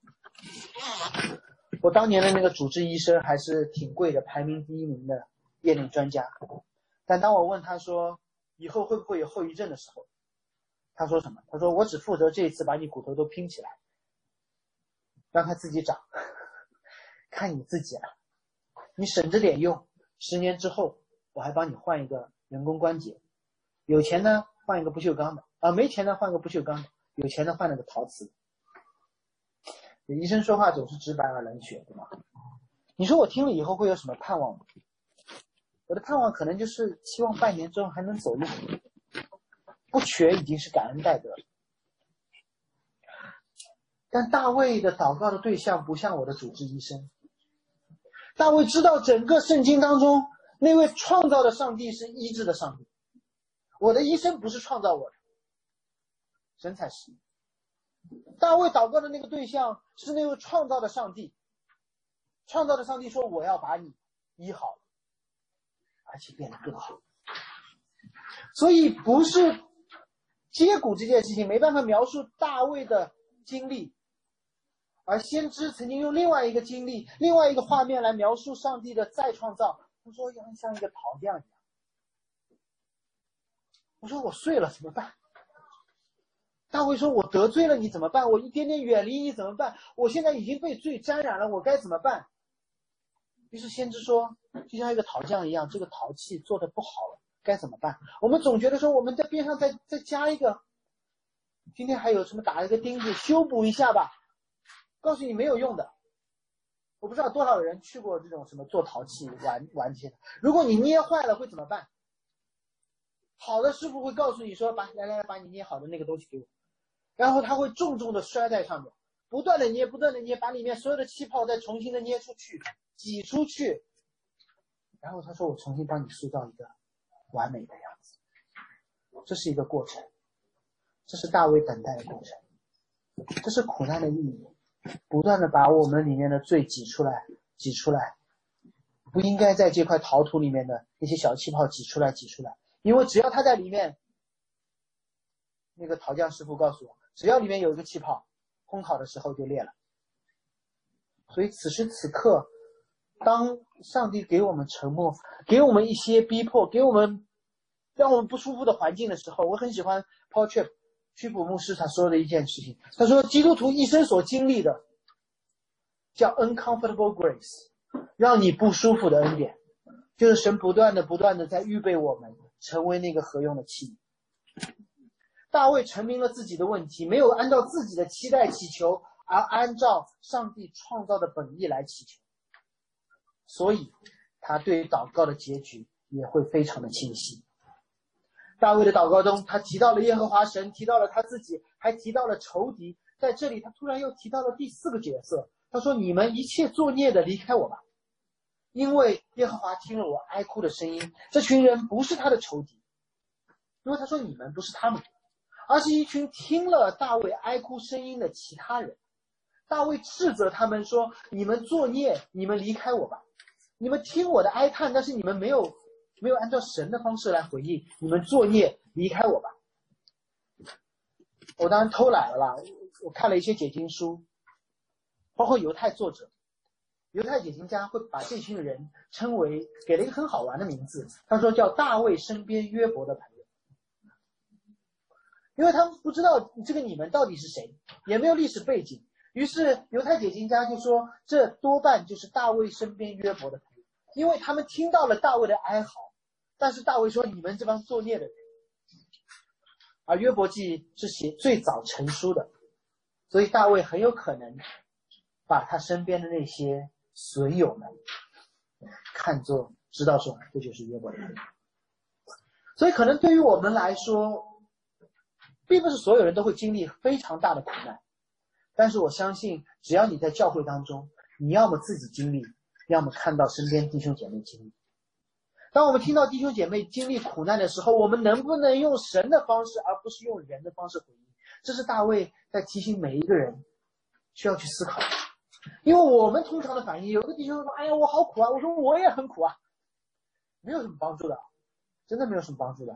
我当年的那个主治医生还是挺贵的，排名第1名的业内专家。但当我问他说以后会不会有后遗症的时候，他说什么？他说我只负责这一次把你骨头都拼起来，让它自己长，看你自己了，你省着点用，10年之后我还帮你换一个人工关节，有钱呢换一个不锈钢的，没钱呢换个不锈钢的，有钱的换了个陶瓷。医生说话总是直白而冷血，对吗？你说我听了以后会有什么盼望吗？我的盼望可能就是希望半年之后还能走路，不瘸已经是感恩戴德了。但大卫的祷告的对象不像我的主治医生。大卫知道整个圣经当中那位创造的上帝是医治的上帝，我的医生不是创造我的，神才是。大卫祷告的那个对象是那位创造的上帝，创造的上帝说我要把你医好，而且变得更好。所以不是接骨这件事情没办法描述大卫的经历，而先知曾经用另外一个经历，另外一个画面来描述上帝的再创造。他说像一个陶匠一样。我说我碎了怎么办？大卫说我得罪了你怎么办？我一点点远离你怎么办？我现在已经被罪沾染了，我该怎么办？于是先知说就像一个陶匠一样，这个陶器做得不好了，该怎么办？我们总觉得说我们在边上再加一个，今天还有什么打一个钉子修补一下吧，告诉你没有用的。我不知道多少人去过这种什么做陶器玩这些的，如果你捏坏了会怎么办？好的师傅会告诉你说来把你捏好的那个东西给我，然后他会重重的摔在上面，不断的捏，把里面所有的气泡再重新的捏出去，挤出去，然后他说我重新帮你塑造一个完美的样子。这是一个过程，这是大卫等待的过程，这是苦难的意义，不断的把我们里面的罪挤出来，不应该在这块陶土里面的那些小气泡挤出来，因为只要它在里面，那个陶匠师傅告诉我，只要里面有一个气泡，烘烤的时候就裂了。所以此时此刻，当上帝给我们沉默，给我们一些逼迫，给我们让我们不舒服的环境的时候，我很喜欢 Paul Tripp 屈普牧师他说的一件事情。他说基督徒一生所经历的叫 uncomfortable grace， 让你不舒服的恩典，就是神不断的在预备我们成为那个合用的器皿。大卫陈明了自己的问题，没有按照自己的期待祈求，而按照上帝创造的本意来祈求，所以他对祷告的结局也会非常的清晰。大卫的祷告中，他提到了耶和华神，提到了他自己，还提到了仇敌。在这里他突然又提到了第4个角色，他说你们一切作孽的离开我吧，因为耶和华听了我哀哭的声音。这群人不是他的仇敌，因为他说你们不是他们， 而是一群听了大卫哀哭声音的其他人。大卫斥责他们说：你们作孽，你们离开我吧。你们听我的哀叹，但是你们没有按照神的方式来回应，你们作孽，离开我吧。我当然偷懒了啦，我看了一些解经书，包括犹太作者，犹太解经家会把这群人称为，给了一个很好玩的名字，他说叫大卫身边约伯的朋友。因为他们不知道这个你们到底是谁，也没有历史背景，于是犹太解经家就说这多半就是大卫身边约伯的朋友，因为他们听到了大卫的哀嚎，但是大卫说你们这帮作孽的人。而约伯记是写最早成书的，所以大卫很有可能把他身边的那些损友们看作知道说这就是约伯的人。所以可能对于我们来说，并不是所有人都会经历非常大的苦难，但是我相信只要你在教会当中，你要么自己经历，要么看到身边弟兄姐妹经历。当我们听到弟兄姐妹经历苦难的时候，我们能不能用神的方式而不是用人的方式回应？这是大卫在提醒每一个人需要去思考的。因为我们通常的反应，有个弟兄说哎呀我好苦啊，我说我也很苦啊，没有什么帮助的，真的没有什么帮助的。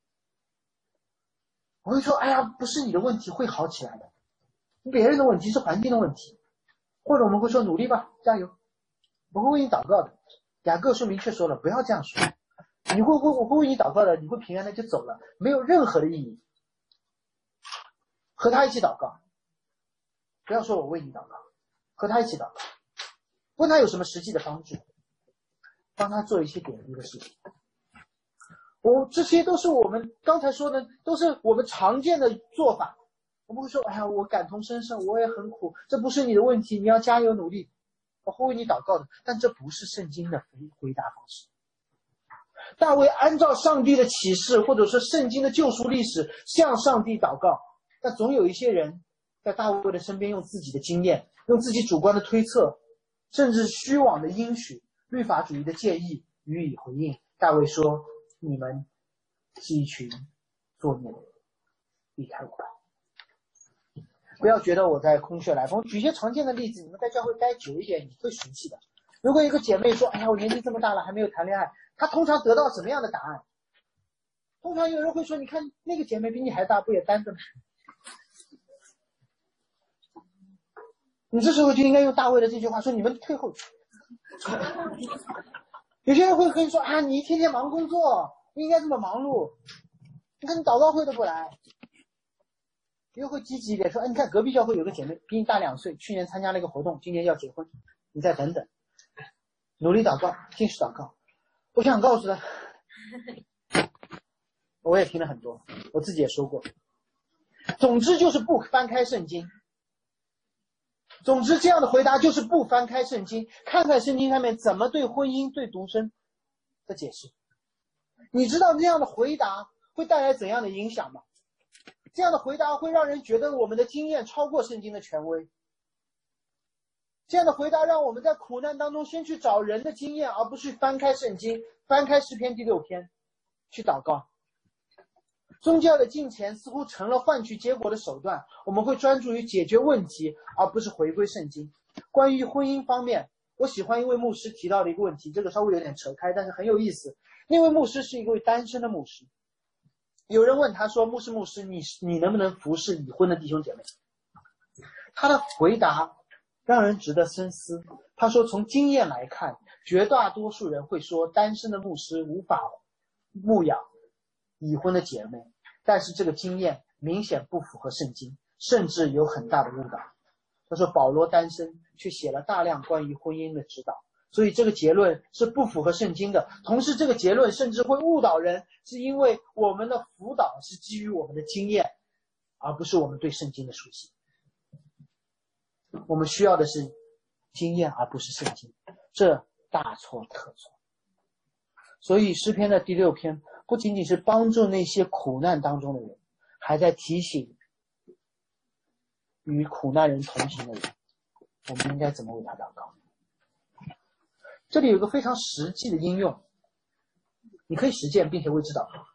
我会说哎呀不是你的问题，会好起来的，别人的问题是环境的问题。或者我们会说努力吧，加油，我会为你祷告的。雅各书明确说了，不要这样说。我会为你祷告的，你会平安的就走了，没有任何的意义。和他一起祷告，不要说我为你祷告，和他一起祷告，问他有什么实际的帮助，帮他做一些点滴的事情。这些都是我们刚才说的，都是我们常见的做法。我们会说哎呀我感同身受，我也很苦，这不是你的问题，你要加油努力，我会为你祷告的。但这不是圣经的回答方式。大卫按照上帝的启示，或者说圣经的救赎历史向上帝祷告，但总有一些人在大卫的身边用自己的经验，用自己主观的推测，甚至虚妄的应许，律法主义的建议予以回应。大卫说你们是一群作孽的人，离开我吧。不要觉得我在空穴来风，举一些常见的例子，你们在教会待久一点你会熟悉的。如果一个姐妹说哎呀我年纪这么大了还没有谈恋爱，她通常得到什么样的答案？通常有人会说你看那个姐妹比你还大，不也单着吗？你这时候就应该用大卫的这句话说你们退后。有些人会跟你说啊你一天天忙工作，不应该这么忙碌，你看你祷告会都不来。又会积极一点说，你看隔壁教会有个姐妹比你大2岁，去年参加了一个活动，今年要结婚，你再等等，努力祷告，继续祷告。我想告诉他，我也听了很多，我自己也说过，总之就是不翻开圣经。总之这样的回答就是不翻开圣经，看看圣经上面怎么对婚姻对独身的解释。你知道这样的回答会带来怎样的影响吗？这样的回答会让人觉得我们的经验超过圣经的权威。这样的回答让我们在苦难当中先去找人的经验，而不是翻开圣经，翻开诗篇第6篇去祷告。宗教的金钱似乎成了换取结果的手段，我们会专注于解决问题，而不是回归圣经。关于婚姻方面，我喜欢一位牧师提到的一个问题，这个稍微有点扯开，但是很有意思。那位牧师是一位单身的牧师。有人问他说，牧师，你能不能服侍已婚的弟兄姐妹？他的回答让人值得深思。他说从经验来看，绝大多数人会说单身的牧师无法牧养已婚的姐妹，但是这个经验明显不符合圣经，甚至有很大的误导。他说保罗单身却写了大量关于婚姻的指导，所以这个结论是不符合圣经的。同时这个结论甚至会误导人，是因为我们的辅导是基于我们的经验，而不是我们对圣经的熟悉。我们需要的是经验而不是圣经，这大错特错。所以诗篇的第6篇不仅仅是帮助那些苦难当中的人，还在提醒与苦难人同行的人，我们应该怎么为他祷告。这里有一个非常实际的应用，你可以实践并且为之祷告。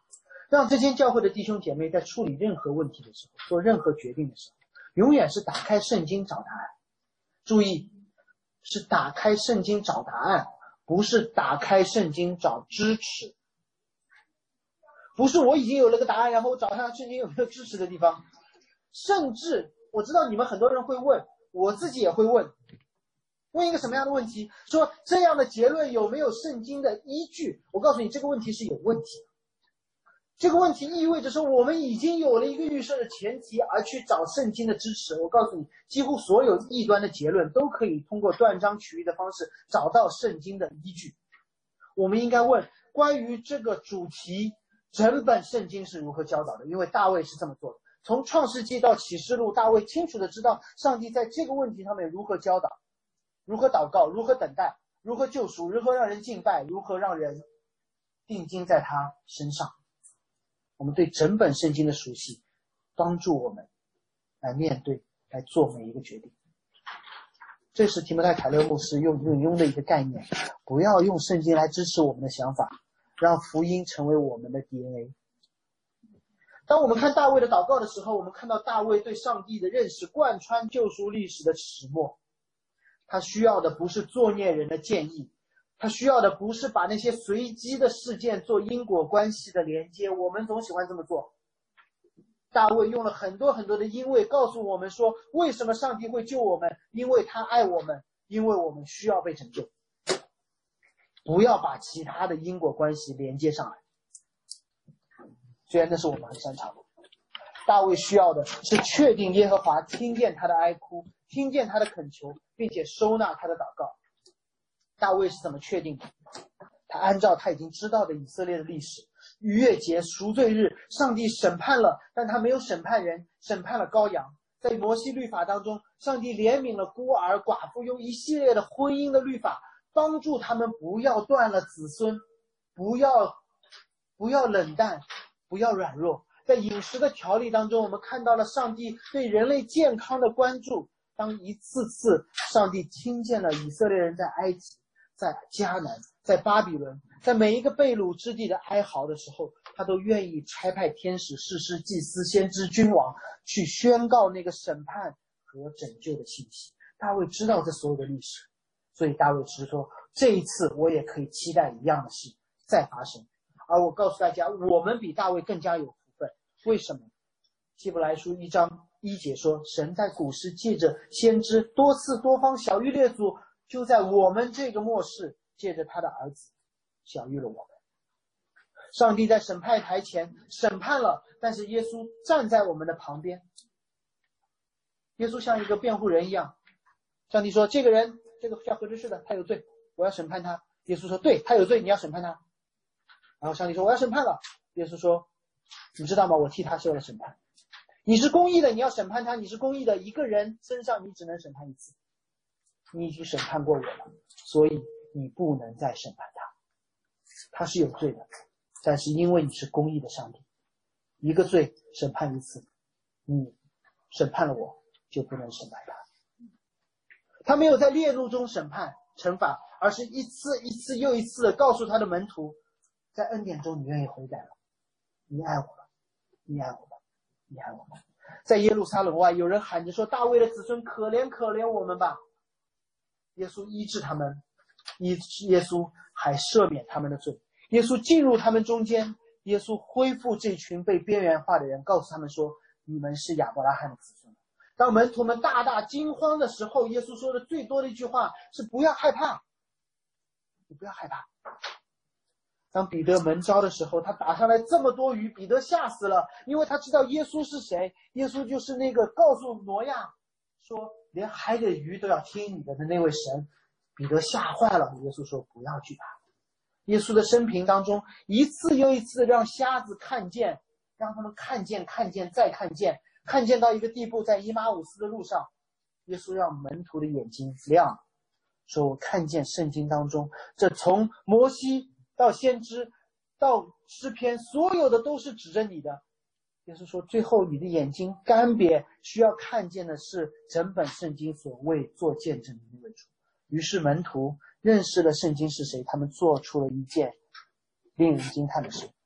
让这间教会的弟兄姐妹在处理任何问题的时候，做任何决定的时候，永远是打开圣经找答案。注意，是打开圣经找答案，不是打开圣经找支持。不是我已经有了个答案，然后我找上圣经有没有支持的地方。甚至我知道你们很多人会问，我自己也会问一个什么样的问题，说这样的结论有没有圣经的依据。我告诉你，这个问题是有问题的。这个问题意味着说我们已经有了一个预设的前提，而去找圣经的支持。我告诉你，几乎所有异端的结论都可以通过断章取义的方式找到圣经的依据。我们应该问，关于这个主题，整本圣经是如何教导的？因为大卫是这么做的。从创世纪到启示录，大卫清楚的知道上帝在这个问题上面如何教导，如何祷告，如何等待，如何救赎，如何让人敬拜，如何让人定睛在他身上。我们对整本圣经的熟悉，帮助我们来面对，来做每一个决定。这是提摩太·凯勒牧师引用的一个概念，不要用圣经来支持我们的想法，让福音成为我们的 DNA。 当我们看大卫的祷告的时候，我们看到大卫对上帝的认识贯穿救赎历史的始末。他需要的不是作孽人的建议，他需要的不是把那些随机的事件做因果关系的连接。我们总喜欢这么做。大卫用了很多很多的因为告诉我们说，为什么上帝会救我们，因为他爱我们，因为我们需要被拯救。不要把其他的因果关系连接上来，虽然那是我们很擅长的。大卫需要的是确定耶和华听见他的哀哭，听见他的恳求，并且收纳他的祷告。大卫是怎么确定的？他按照他已经知道的以色列的历史，逾越节、赎罪日，上帝审判了，但他没有审判人，审判了羔羊。在摩西律法当中，上帝怜悯了孤儿寡妇，用一系列的婚姻的律法帮助他们不要断了子孙，不要冷淡，不要软弱。在饮食的条例当中，我们看到了上帝对人类健康的关注。当一次次上帝听见了以色列人在埃及、在迦南、在巴比伦、在每一个被掳之地的哀嚎的时候，他都愿意差派天使、士师、祭司、先知、君王去宣告那个审判和拯救的信息。大卫知道这所有的历史，所以大卫只是说，这一次我也可以期待一样的事再发生。而我告诉大家，我们比大卫更加有福分。为什么？希伯来书1章1节说，神在古时借着先知多次多方晓谕列祖，就在我们这个末世借着他的儿子晓谕了我们。上帝在审判台前审判了，但是耶稣站在我们的旁边。耶稣像一个辩护人一样，上帝说，这个人，这个叫何执事的，他有罪，我要审判他。耶稣说，对，他有罪，你要审判他。然后上帝说，我要审判了。耶稣说，你知道吗？我替他受了审判。你是公义的，你要审判他，你是公义的，一个人身上你只能审判一次。你已经审判过我了，所以你不能再审判他。他是有罪的，但是因为你是公义的上帝，一个罪审判一次，你审判了我，就不能审判他。他没有在烈怒中审判惩罚，而是一次一次又一次的告诉他的门徒，在恩典中你愿意悔改了，你爱我了，你爱我了，你爱我了。在耶路撒冷外，有人喊着说，大卫的子孙，可怜可怜我们吧。耶稣医治他们，耶稣还赦免他们的罪，耶稣进入他们中间，耶稣恢复这群被边缘化的人，告诉他们说，你们是亚伯拉罕的子孙。当门徒们大大惊慌的时候，耶稣说的最多的一句话是，不要害怕，你不要害怕。当彼得蒙召的时候，他打上来这么多鱼，彼得吓死了，因为他知道耶稣是谁。耶稣就是那个告诉挪亚说，连海里的鱼都要听你的那位神。彼得吓坏了，耶稣说，不要惧怕。耶稣的生平当中，一次又一次让瞎子看见，让他们看见再看见，看见到一个地步，在以马忤斯的路上，耶稣让门徒的眼睛亮，说，我看见圣经当中，这从摩西到先知到诗篇，所有的都是指着你的。耶稣说，最后你的眼睛干瘪，需要看见的是整本圣经所为做见证的那位主。于是门徒认识了圣经是谁，他们做出了一件令人惊叹的事，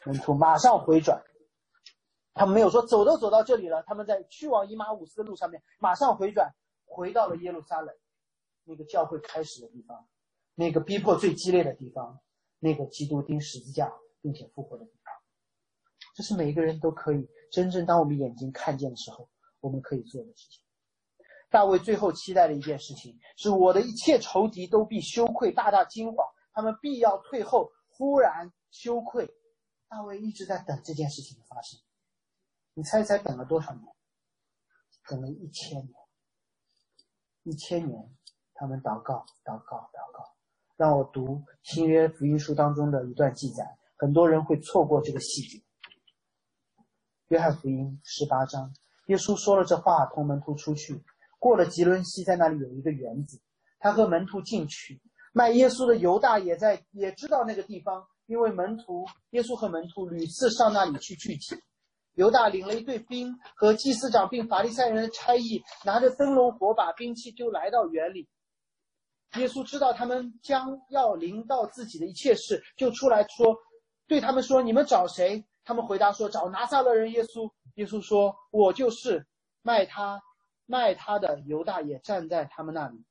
门徒马上回转，他们没有说走都走到这里了，他们在去往以马忤斯的路上面马上回转，回到了耶路撒冷，那个教会开始的地方，那个逼迫最激烈的地方，那个基督钉十字架并且复活的地方。这是每一个人都可以真正当我们眼睛看见的时候我们可以做的事情。大卫最后期待的一件事情是，我的一切仇敌都必羞愧，大大惊惶，他们必要退后，忽然羞愧。大卫一直在等这件事情的发生。你猜猜等了多少年？等了1000年。1000年，他们祷告。让我读新约福音书当中的一段记载，很多人会错过这个细节。约翰福音18章，耶稣说了这话，同门徒出去，过了吉伦西，在那里有一个园子，他和门徒进去。卖耶稣的犹大也知道那个地方，因为耶稣和门徒屡次上那里去聚集。犹大领了一队兵和祭司长并法利赛人的差役，拿着灯笼火把兵器就来到园里。耶稣知道他们将要临到自己的一切事，就出来说，对他们说，你们找谁？他们回答说，找拿撒勒人耶稣。耶稣说，我就是。卖他的犹大也站在他们那里。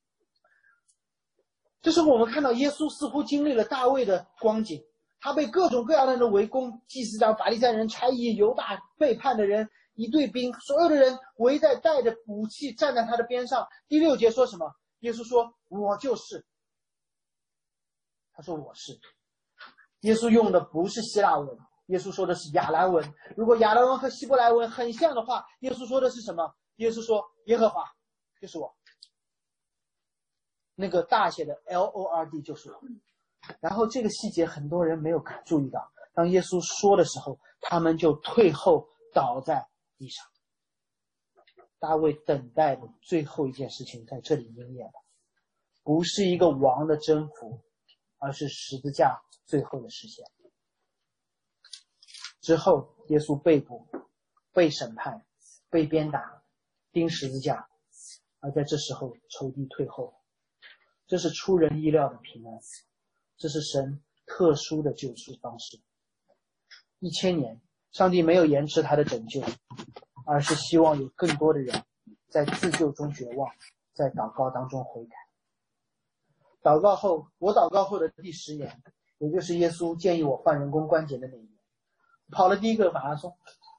这时候我们看到耶稣似乎经历了大卫的光景，他被各种各样的人围攻，祭司长、法利赛人、差役、犹大背叛的人，一队兵，所有的人围在带着武器站在他的边上。第6节说什么？耶稣说，我就是。他说我是。耶稣用的不是希腊文，耶稣说的是亚兰文。如果亚兰文和希伯来文很像的话，耶稣说的是什么？耶稣说，耶和华就是我。那个大写的 Lord 就是我。然后这个细节很多人没有注意到，当耶稣说的时候，他们就退后倒在地上。大卫等待的最后一件事情在这里应验了，不是一个王的征服，而是十字架最后的实现。之后耶稣被捕、被审判、被鞭打、钉十字架，而在这时候仇敌退后。这是出人意料的平安，这是神特殊的救赎方式。1000年，上帝没有延迟他的拯救，而是希望有更多的人在自救中绝望，在祷告当中悔改。我祷告后的第10年，也就是耶稣建议我换人工关节的那一年，跑了第一个马拉松。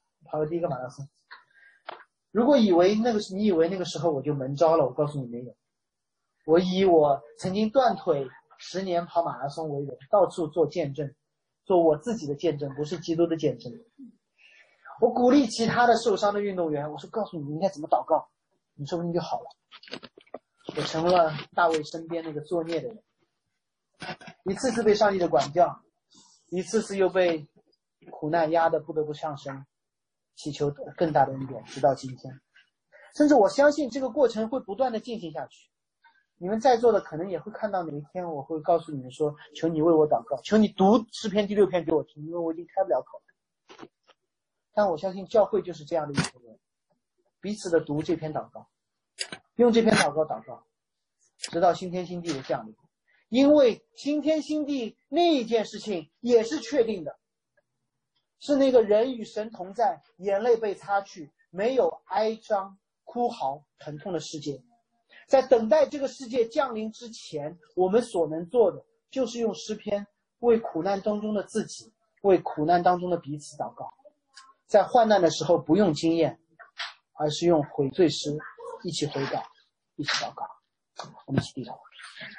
如果你以为那个时候我就门招了，我告诉你没有。我以我曾经断腿10年跑马拉松为荣，到处做见证，做我自己的见证，不是基督的见证。我鼓励其他的受伤的运动员，我说告诉你应该怎么祷告，你说不定就好了。我成了大卫身边那个作孽的人，一次次被上帝的管教，一次次又被苦难压得不得不上升，祈求更大的恩典，直到今天。甚至我相信这个过程会不断的进行下去。你们在座的可能也会看到哪一天我会告诉你们说，求你为我祷告，求你读诗篇第6篇给我听，因为我已经开不了口了。但我相信教会就是这样的一群人，彼此的读这篇祷告，用这篇祷告，直到新天新地的降临。因为新天新地那一件事情也是确定的，是那个人与神同在，眼泪被擦去，没有哀伤、哭嚎、疼痛的世界。在等待这个世界降临之前，我们所能做的就是用诗篇为苦难当中的自己，为苦难当中的彼此祷告。在患难的时候不用经验，而是用悔罪诗一起悔改，一起祷告。我们一起低头。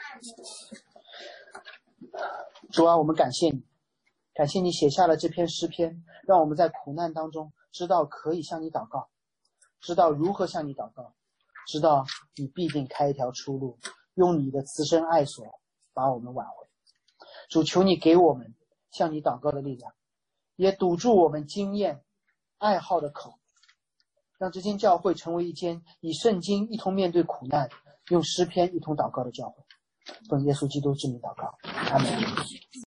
主啊，我们感谢你，感谢你写下了这篇诗篇，让我们在苦难当中知道可以向你祷告，知道如何向你祷告，知道你必定开一条出路，用你的慈深爱所把我们挽回。主，求你给我们向你祷告的力量，也堵住我们经验爱好的口，让这间教会成为一间以圣经一同面对苦难，用诗篇一同祷告的教会。奉耶稣基督之名祷告，阿们。